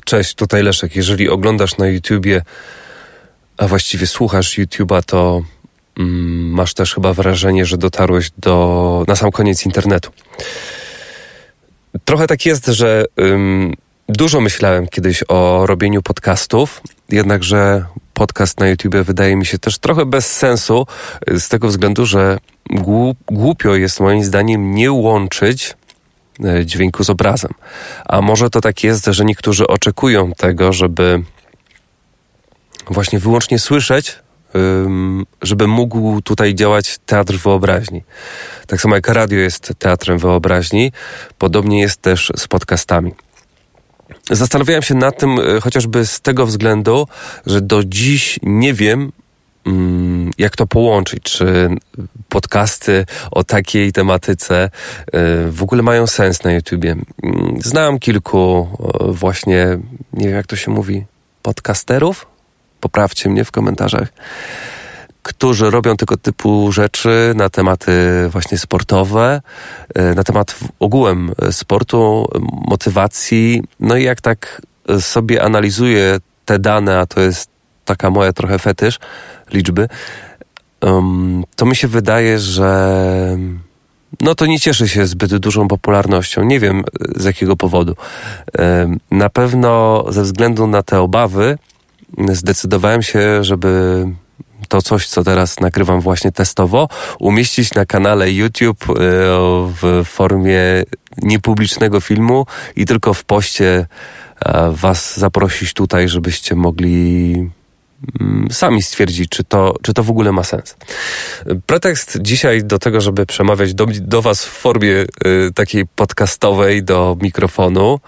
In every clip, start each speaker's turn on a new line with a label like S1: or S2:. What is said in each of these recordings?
S1: Cześć, tutaj Leszek. Jeżeli oglądasz na YouTubie, a właściwie słuchasz YouTube'a, to masz też chyba wrażenie, że dotarłeś na sam koniec internetu. Trochę tak jest, że dużo myślałem kiedyś o robieniu podcastów, jednakże podcast na YouTubie wydaje mi się też trochę bez sensu, z tego względu, że głupio jest moim zdaniem nie łączyć dźwięku z obrazem. A może to tak jest, że niektórzy oczekują tego, żeby właśnie wyłącznie słyszeć, żeby mógł tutaj działać teatr wyobraźni. Tak samo jak radio jest teatrem wyobraźni, podobnie jest też z podcastami. Zastanawiałem się nad tym chociażby z tego względu, że do dziś nie wiem, jak to połączyć, czy podcasty o takiej tematyce w ogóle mają sens na YouTubie. Znam kilku właśnie, nie wiem jak to się mówi, podcasterów? Poprawcie mnie w komentarzach, którzy robią tego typu rzeczy na tematy właśnie sportowe, na temat ogółem sportu, motywacji. No i jak tak sobie analizuję te dane, a to jest taka moja trochę fetysz, liczby, to mi się wydaje, że to nie cieszy się zbyt dużą popularnością. Nie wiem z jakiego powodu. Na pewno ze względu na te obawy zdecydowałem się, żeby to coś, co teraz nagrywam właśnie testowo, umieścić na kanale YouTube w formie niepublicznego filmu i tylko w poście was zaprosić tutaj, żebyście mogli sami stwierdzić, czy to w ogóle ma sens. Pretekst dzisiaj do tego, żeby przemawiać do was w formie takiej podcastowej, do mikrofonu,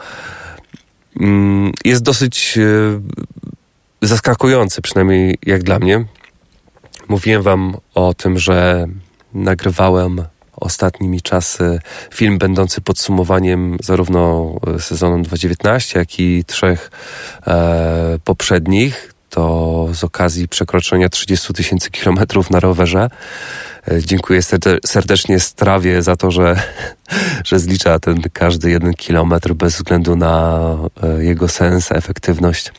S1: jest dosyć zaskakujący, przynajmniej jak dla mnie. Mówiłem wam o tym, że nagrywałem ostatnimi czasy film będący podsumowaniem zarówno sezonu 2019, jak i 3 poprzednich. To z okazji przekroczenia 30 000 kilometrów na rowerze. Dziękuję serdecznie Strawie za to, że zlicza ten każdy 1 kilometr bez względu na jego sens, efektywność.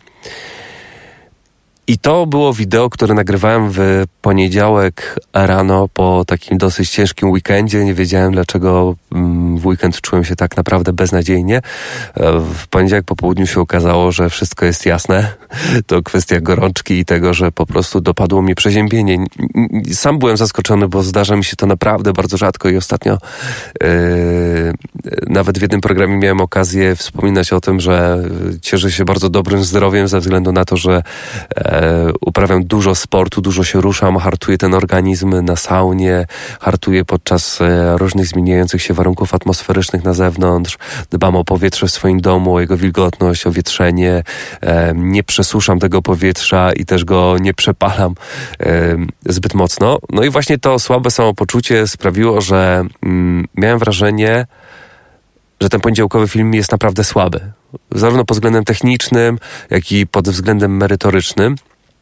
S1: I to było wideo, które nagrywałem w poniedziałek rano po takim dosyć ciężkim weekendzie. Nie wiedziałem, dlaczego w weekend czułem się tak naprawdę beznadziejnie. W poniedziałek po południu się okazało, że wszystko jest jasne. To kwestia gorączki i tego, że po prostu dopadło mnie przeziębienie. Sam byłem zaskoczony, bo zdarza mi się to naprawdę bardzo rzadko i ostatnio nawet w jednym programie miałem okazję wspominać o tym, że cieszę się bardzo dobrym zdrowiem ze względu na to, że uprawiam dużo sportu, dużo się ruszam, hartuję ten organizm na saunie, hartuję podczas różnych zmieniających się warunków atmosferycznych na zewnątrz, dbam o powietrze w swoim domu, o jego wilgotność, o wietrzenie, nie przesuszam tego powietrza i też go nie przepalam zbyt mocno. No i właśnie to słabe samopoczucie sprawiło, że miałem wrażenie, że ten poniedziałkowy film jest naprawdę słaby. Zarówno pod względem technicznym, jak i pod względem merytorycznym.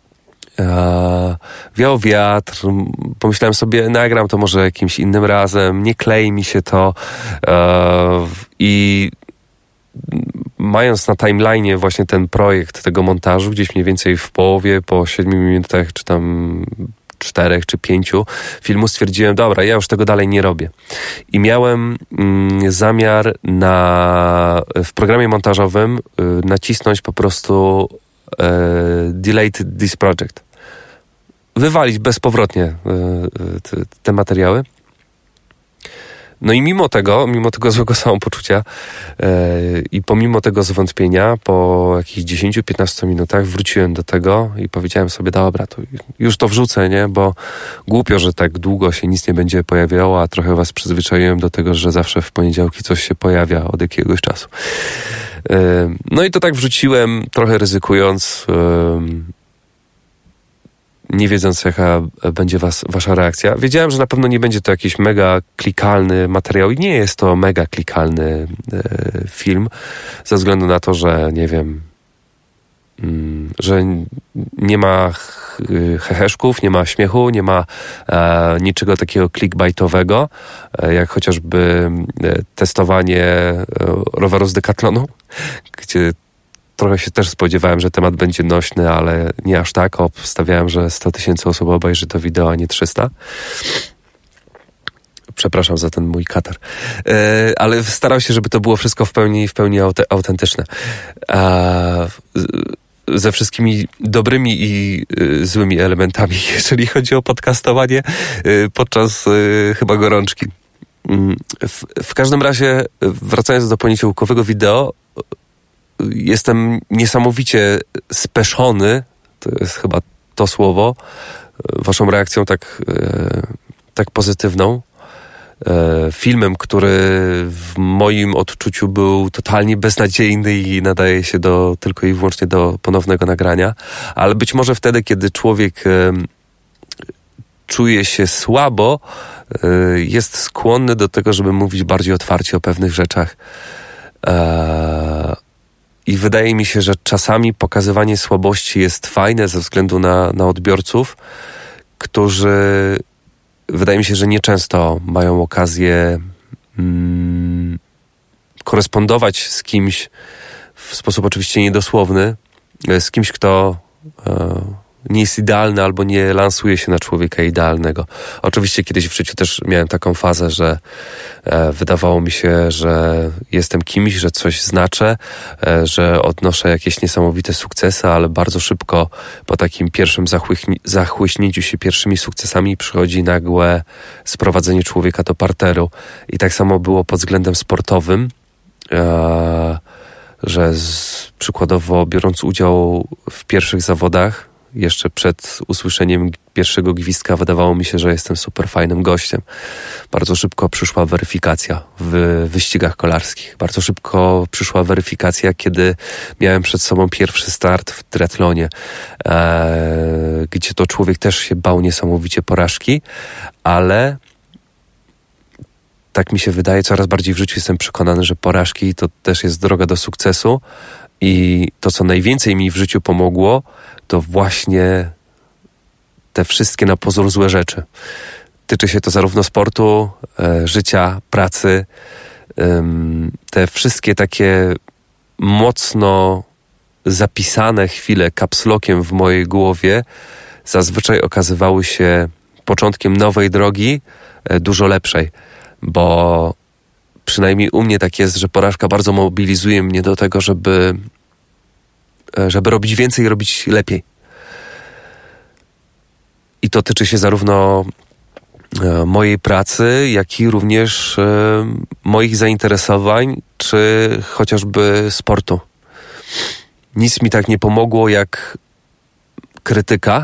S1: Wiał wiatr, pomyślałem sobie, nagram to może jakimś innym razem, nie klei mi się to i mając na timeline'ie właśnie ten projekt tego montażu, gdzieś mniej więcej w połowie, po 7 minutach, czy tam 4 czy 5 filmu stwierdziłem, dobra, ja już tego dalej nie robię. I miałem zamiar w programie montażowym nacisnąć po prostu delete this project. Wywalić bezpowrotnie te materiały. No i mimo tego złego samopoczucia i pomimo tego zwątpienia, po jakichś 10-15 minutach wróciłem do tego i powiedziałem sobie, dobra, to już to wrzucę, nie? Bo głupio, że tak długo się nic nie będzie pojawiało, a trochę was przyzwyczaiłem do tego, że zawsze w poniedziałki coś się pojawia od jakiegoś czasu. No i to tak wrzuciłem, trochę ryzykując, nie wiedząc jaka będzie wasza reakcja. Wiedziałem, że na pewno nie będzie to jakiś mega klikalny materiał i nie jest to mega klikalny film, ze względu na to, że nie wiem, że nie ma heheszków, nie ma śmiechu, nie ma niczego takiego clickbaitowego, jak chociażby testowanie roweru z Decathlonu, gdzie trochę się też spodziewałem, że temat będzie nośny, ale nie aż tak. Obstawiałem, że 100 000 osób obejrzy to wideo, a nie 300. Przepraszam za ten mój katar. Ale starał się, żeby to było wszystko w pełni autentyczne. Ze wszystkimi dobrymi i złymi elementami, jeżeli chodzi o podcastowanie podczas chyba gorączki. W każdym razie, wracając do poniedziałkowego wideo, jestem niesamowicie speszony, to jest chyba to słowo, waszą reakcją tak pozytywną. Filmem, który w moim odczuciu był totalnie beznadziejny i nadaje się tylko i wyłącznie do ponownego nagrania, ale być może wtedy, kiedy człowiek czuje się słabo, jest skłonny do tego, żeby mówić bardziej otwarcie o pewnych rzeczach. I wydaje mi się, że czasami pokazywanie słabości jest fajne ze względu na odbiorców, którzy wydaje mi się, że nieczęsto mają okazję korespondować z kimś w sposób oczywiście niedosłowny, z kimś, kto nie jest idealny albo nie lansuje się na człowieka idealnego. Oczywiście kiedyś w życiu też miałem taką fazę, że wydawało mi się, że jestem kimś, że coś znaczę, że odnoszę jakieś niesamowite sukcesy, ale bardzo szybko po takim pierwszym zachłyśnięciu się pierwszymi sukcesami przychodzi nagłe sprowadzenie człowieka do parteru. I tak samo było pod względem sportowym, że przykładowo biorąc udział w pierwszych zawodach, jeszcze przed usłyszeniem pierwszego gwizdka wydawało mi się, że jestem super fajnym gościem. Bardzo szybko przyszła weryfikacja w wyścigach kolarskich. Bardzo szybko przyszła weryfikacja, kiedy miałem przed sobą pierwszy start w triathlonie, gdzie to człowiek też się bał niesamowicie porażki, ale tak mi się wydaje, coraz bardziej w życiu jestem przekonany, że porażki to też jest droga do sukcesu i to, co najwięcej mi w życiu pomogło, to właśnie te wszystkie na pozór złe rzeczy. Tyczy się to zarówno sportu, życia, pracy. Te wszystkie takie mocno zapisane chwile kapslokiem w mojej głowie zazwyczaj okazywały się początkiem nowej drogi, dużo lepszej. Bo przynajmniej u mnie tak jest, że porażka bardzo mobilizuje mnie do tego, żeby robić więcej i robić lepiej. I to tyczy się zarówno mojej pracy, jak i również moich zainteresowań, czy chociażby sportu. Nic mi tak nie pomogło jak krytyka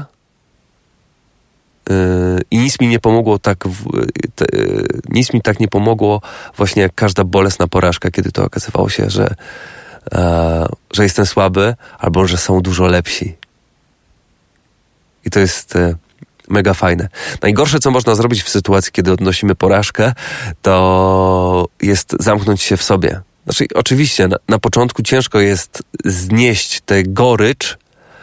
S1: i nic mi tak nie pomogło właśnie jak każda bolesna porażka, kiedy to okazywało się, że jestem słaby albo że są dużo lepsi. I to jest mega fajne. Najgorsze, co można zrobić w sytuacji, kiedy odnosimy porażkę, to jest zamknąć się w sobie. Znaczy, oczywiście na początku ciężko jest znieść tę gorycz,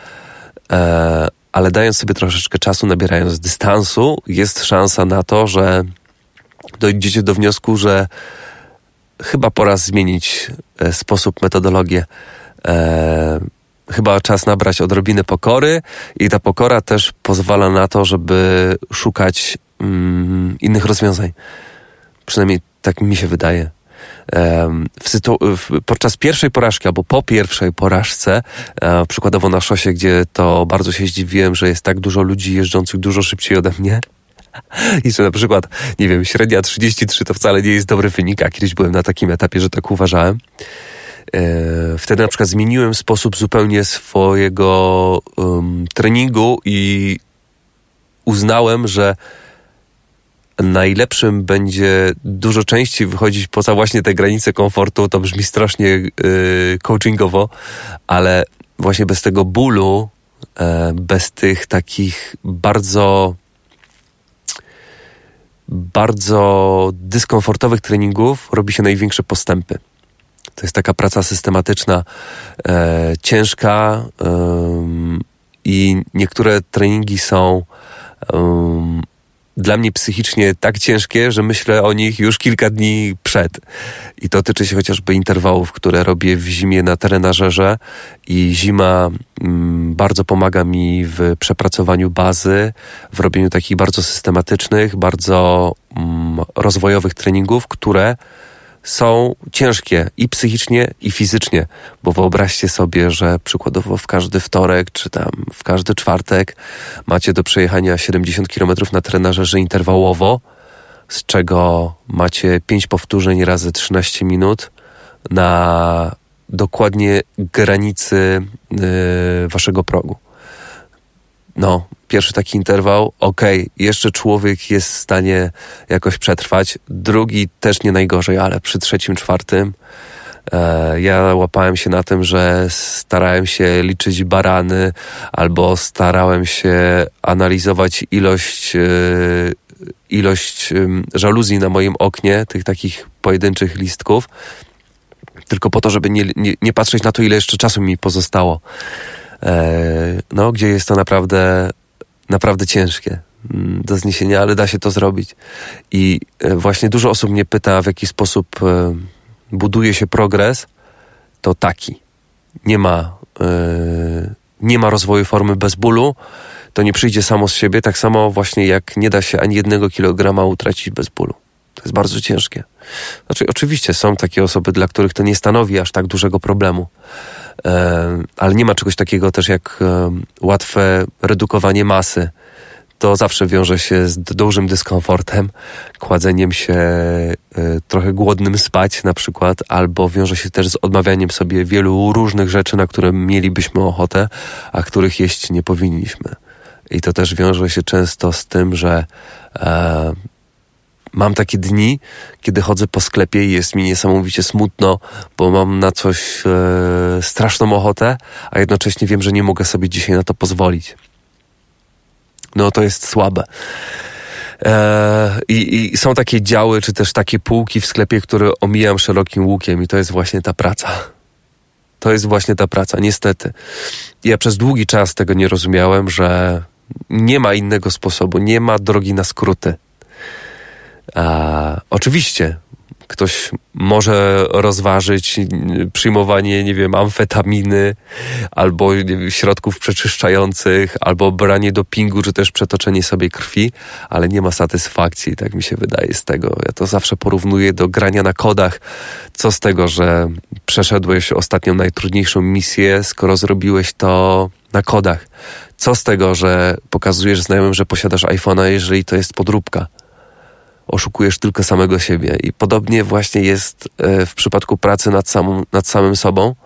S1: ale dając sobie troszeczkę czasu, nabierając dystansu, jest szansa na to, że dojdziecie do wniosku, że chyba pora zmienić sposób, metodologię. Chyba czas nabrać odrobiny pokory i ta pokora też pozwala na to, żeby szukać innych rozwiązań. Przynajmniej tak mi się wydaje. Podczas pierwszej porażki albo po pierwszej porażce, przykładowo na szosie, gdzie to bardzo się zdziwiłem, że jest tak dużo ludzi jeżdżących dużo szybciej ode mnie i że na przykład, nie wiem, średnia 33 to wcale nie jest dobry wynik, a kiedyś byłem na takim etapie, że tak uważałem. Wtedy na przykład zmieniłem sposób zupełnie swojego treningu i uznałem, że najlepszym będzie dużo częściej wychodzić poza właśnie te granice komfortu. To brzmi strasznie coachingowo, ale właśnie bez tego bólu, bez tych takich bardzo dyskomfortowych treningów robi się największe postępy. To jest taka praca systematyczna, ciężka i niektóre treningi są dla mnie psychicznie tak ciężkie, że myślę o nich już kilka dni przed. I to tyczy się chociażby interwałów, które robię w zimie na trenażerze i zima bardzo pomaga mi w przepracowaniu bazy, w robieniu takich bardzo systematycznych, bardzo rozwojowych treningów, które są ciężkie i psychicznie, i fizycznie, bo wyobraźcie sobie, że przykładowo w każdy wtorek, czy tam w każdy czwartek macie do przejechania 70 km na trenażerze interwałowo, z czego macie 5 powtórzeń razy 13 minut na dokładnie granicy waszego progu. No, pierwszy taki interwał, jeszcze człowiek jest w stanie jakoś przetrwać. Drugi też nie najgorzej, ale przy trzecim, czwartym ja łapałem się na tym, że starałem się liczyć barany albo starałem się analizować ilość żaluzji na moim oknie, tych takich pojedynczych listków, tylko po to, żeby nie patrzeć na to, ile jeszcze czasu mi pozostało. Gdzie jest to naprawdę ciężkie do zniesienia, ale da się to zrobić. I właśnie dużo osób mnie pyta, w jaki sposób buduje się progres. To taki. Nie ma rozwoju formy bez bólu. To nie przyjdzie samo z siebie, tak samo właśnie jak nie da się ani 1 kilograma utracić bez bólu. To jest bardzo ciężkie. Znaczy, oczywiście są takie osoby, dla których to nie stanowi aż tak dużego problemu. Ale nie ma czegoś takiego też jak łatwe redukowanie masy. To zawsze wiąże się z dużym dyskomfortem, kładzeniem się, trochę głodnym spać na przykład, albo wiąże się też z odmawianiem sobie wielu różnych rzeczy, na które mielibyśmy ochotę, a których jeść nie powinniśmy. I to też wiąże się często z tym, że mam takie dni, kiedy chodzę po sklepie i jest mi niesamowicie smutno, bo mam na coś straszną ochotę, a jednocześnie wiem, że nie mogę sobie dzisiaj na to pozwolić. No to jest słabe. I są takie działy, czy też takie półki w sklepie, które omijam szerokim łukiem i to jest właśnie ta praca. To jest właśnie ta praca, niestety. Ja przez długi czas tego nie rozumiałem, że nie ma innego sposobu, nie ma drogi na skróty. Oczywiście ktoś może rozważyć przyjmowanie, amfetaminy albo środków przeczyszczających, albo branie dopingu, czy też przetoczenie sobie krwi, ale nie ma satysfakcji, tak mi się wydaje z tego. Ja to zawsze porównuję do grania na kodach. Co z tego, że przeszedłeś ostatnią najtrudniejszą misję, skoro zrobiłeś to na kodach? Co z tego, że pokazujesz znajomym, że posiadasz iPhone'a, jeżeli to jest podróbka? Oszukujesz tylko samego siebie. I podobnie właśnie jest w przypadku pracy nad samym sobą,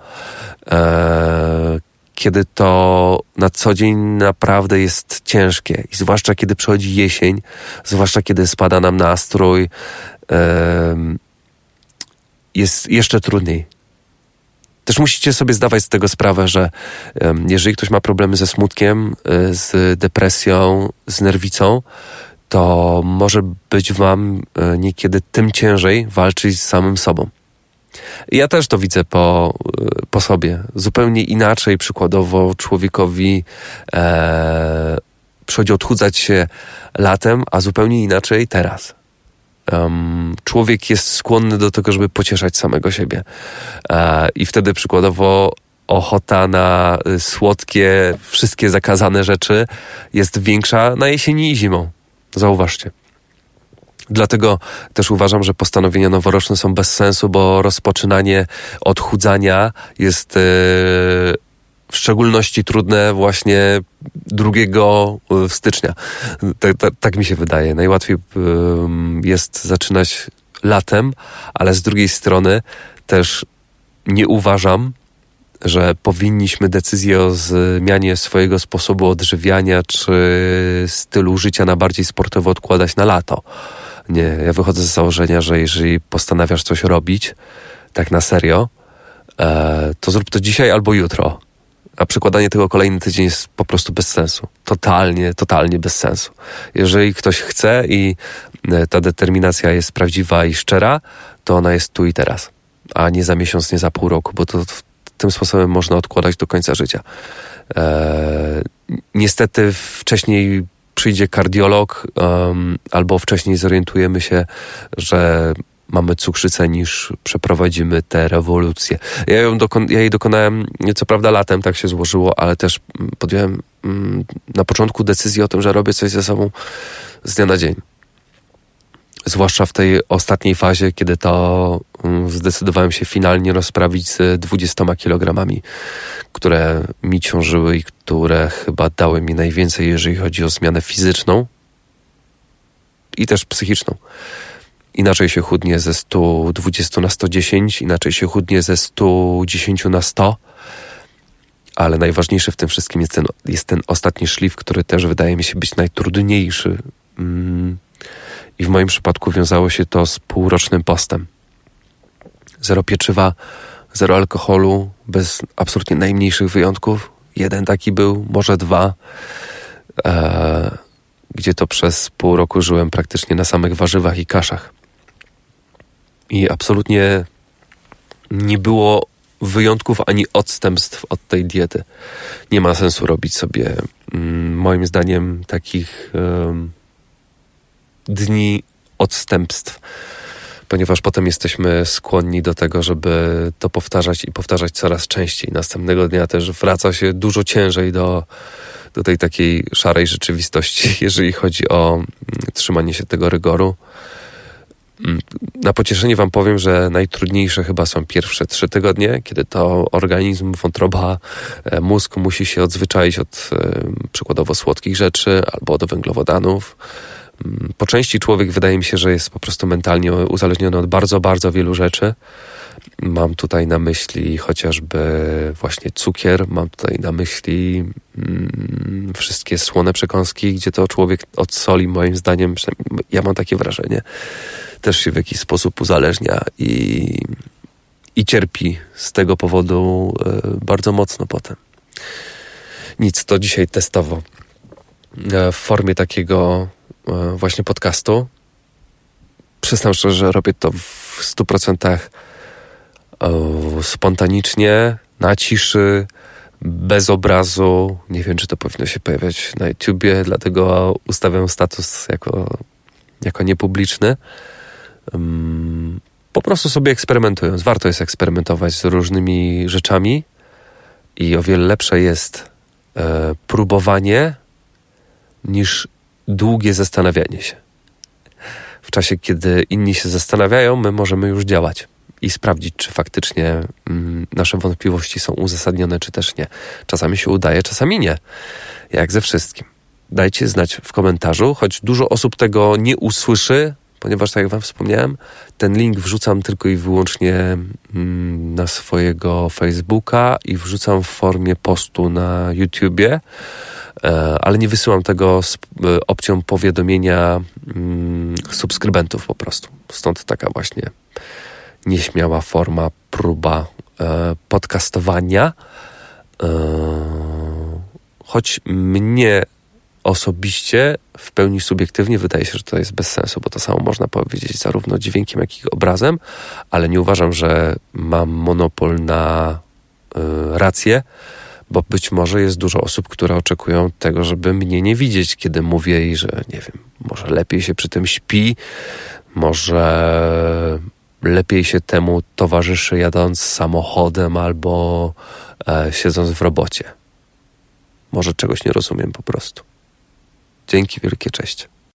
S1: kiedy to na co dzień naprawdę jest ciężkie. I zwłaszcza kiedy przychodzi jesień, zwłaszcza kiedy spada nam nastrój, jest jeszcze trudniej. Też musicie sobie zdawać z tego sprawę, że jeżeli ktoś ma problemy ze smutkiem, z depresją, z nerwicą, to może być wam niekiedy tym ciężej walczyć z samym sobą. Ja też to widzę po sobie. Zupełnie inaczej przykładowo człowiekowi przychodzi odchudzać się latem, a zupełnie inaczej teraz. Człowiek jest skłonny do tego, żeby pocieszać samego siebie. I wtedy przykładowo ochota na słodkie, wszystkie zakazane rzeczy jest większa na jesieni i zimą. Zauważcie. Dlatego też uważam, że postanowienia noworoczne są bez sensu, bo rozpoczynanie odchudzania jest w szczególności trudne właśnie 2 stycznia. Tak mi się wydaje. Najłatwiej jest zaczynać latem, ale z drugiej strony też nie uważam, że powinniśmy decyzję o zmianie swojego sposobu odżywiania czy stylu życia na bardziej sportowo odkładać na lato. Nie, ja wychodzę z założenia, że jeżeli postanawiasz coś robić tak na serio, to zrób to dzisiaj albo jutro. A przekładanie tego kolejny tydzień jest po prostu bez sensu. Totalnie bez sensu. Jeżeli ktoś chce i ta determinacja jest prawdziwa i szczera, to ona jest tu i teraz. A nie za miesiąc, nie za pół roku, bo to tym sposobem można odkładać do końca życia. Niestety wcześniej przyjdzie kardiolog, albo wcześniej zorientujemy się, że mamy cukrzycę, niż przeprowadzimy tę rewolucję. Ja jej dokonałem, co prawda latem, tak się złożyło, ale też podjąłem na początku decyzję o tym, że robię coś ze sobą z dnia na dzień. Zwłaszcza w tej ostatniej fazie, kiedy to zdecydowałem się finalnie rozprawić z 20 kilogramami, które mi ciążyły i które chyba dały mi najwięcej, jeżeli chodzi o zmianę fizyczną i też psychiczną. Inaczej się chudnie ze 120 na 110, inaczej się chudnie ze 110 na 100, ale najważniejszy w tym wszystkim jest ten ostatni szlif, który też wydaje mi się być najtrudniejszy. I w moim przypadku wiązało się to z półrocznym postem. 0 pieczywa, 0 alkoholu, bez absolutnie najmniejszych wyjątków. Jeden taki był, może 2, gdzie to przez pół roku żyłem praktycznie na samych warzywach i kaszach. I absolutnie nie było wyjątków ani odstępstw od tej diety. Nie ma sensu robić sobie, moim zdaniem, takich dni odstępstw, ponieważ potem jesteśmy skłonni do tego, żeby to powtarzać i powtarzać coraz częściej. Następnego dnia też wraca się dużo ciężej do tej takiej szarej rzeczywistości, jeżeli chodzi o trzymanie się tego rygoru. Na pocieszenie wam powiem, że najtrudniejsze chyba są pierwsze 3 tygodnie, kiedy to organizm, wątroba, mózg musi się odzwyczaić od przykładowo słodkich rzeczy albo od węglowodanów. Po części człowiek, wydaje mi się, że jest po prostu mentalnie uzależniony od bardzo, bardzo wielu rzeczy. Mam tutaj na myśli chociażby właśnie cukier, mam tutaj na myśli wszystkie słone przekąski, gdzie to człowiek od soli, moim zdaniem, ja mam takie wrażenie, też się w jakiś sposób uzależnia i cierpi z tego powodu bardzo mocno potem. Nic, to dzisiaj testowo w formie takiego właśnie podcastu. Przyznam szczerze, że robię to w 100% spontanicznie, na ciszy, bez obrazu. Nie wiem, czy to powinno się pojawiać na YouTubie, dlatego ustawiam status jako niepubliczny. Po prostu sobie eksperymentując. Warto jest eksperymentować z różnymi rzeczami i o wiele lepsze jest próbowanie niż długie zastanawianie się. W czasie, kiedy inni się zastanawiają, my możemy już działać i sprawdzić, czy faktycznie nasze wątpliwości są uzasadnione, czy też nie. Czasami się udaje, czasami nie. Jak ze wszystkim. Dajcie znać w komentarzu, choć dużo osób tego nie usłyszy, ponieważ, tak jak wam wspomniałem, ten link wrzucam tylko i wyłącznie na swojego Facebooka i wrzucam w formie postu na YouTubie, ale nie wysyłam tego z opcją powiadomienia subskrybentów po prostu. Stąd taka właśnie nieśmiała forma, próba podcastowania. Choć mnie osobiście, w pełni subiektywnie wydaje się, że to jest bez sensu, bo to samo można powiedzieć zarówno dźwiękiem, jak i obrazem, ale nie uważam, że mam monopol na rację, bo być może jest dużo osób, które oczekują tego, żeby mnie nie widzieć, kiedy mówię i że, nie wiem, może lepiej się przy tym śpi, może lepiej się temu towarzyszy jadąc samochodem albo siedząc w robocie. Może czegoś nie rozumiem po prostu. Dzięki wielkie, cześć.